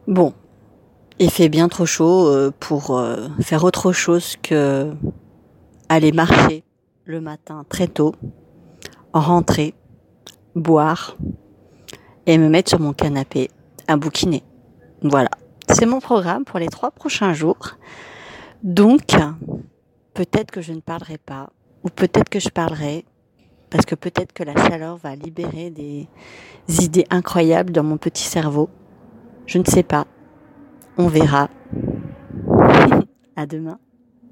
Bon, il fait bien trop chaud pour faire autre chose que aller marcher le matin très tôt, rentrer, boire et me mettre sur mon canapé à bouquiner. Voilà, c'est mon programme pour les 3 prochains jours. Donc, peut-être que je ne parlerai pas, ou peut-être que je parlerai, parce que peut-être que la chaleur va libérer des idées incroyables dans mon petit cerveau. Je ne sais pas. On verra. À demain.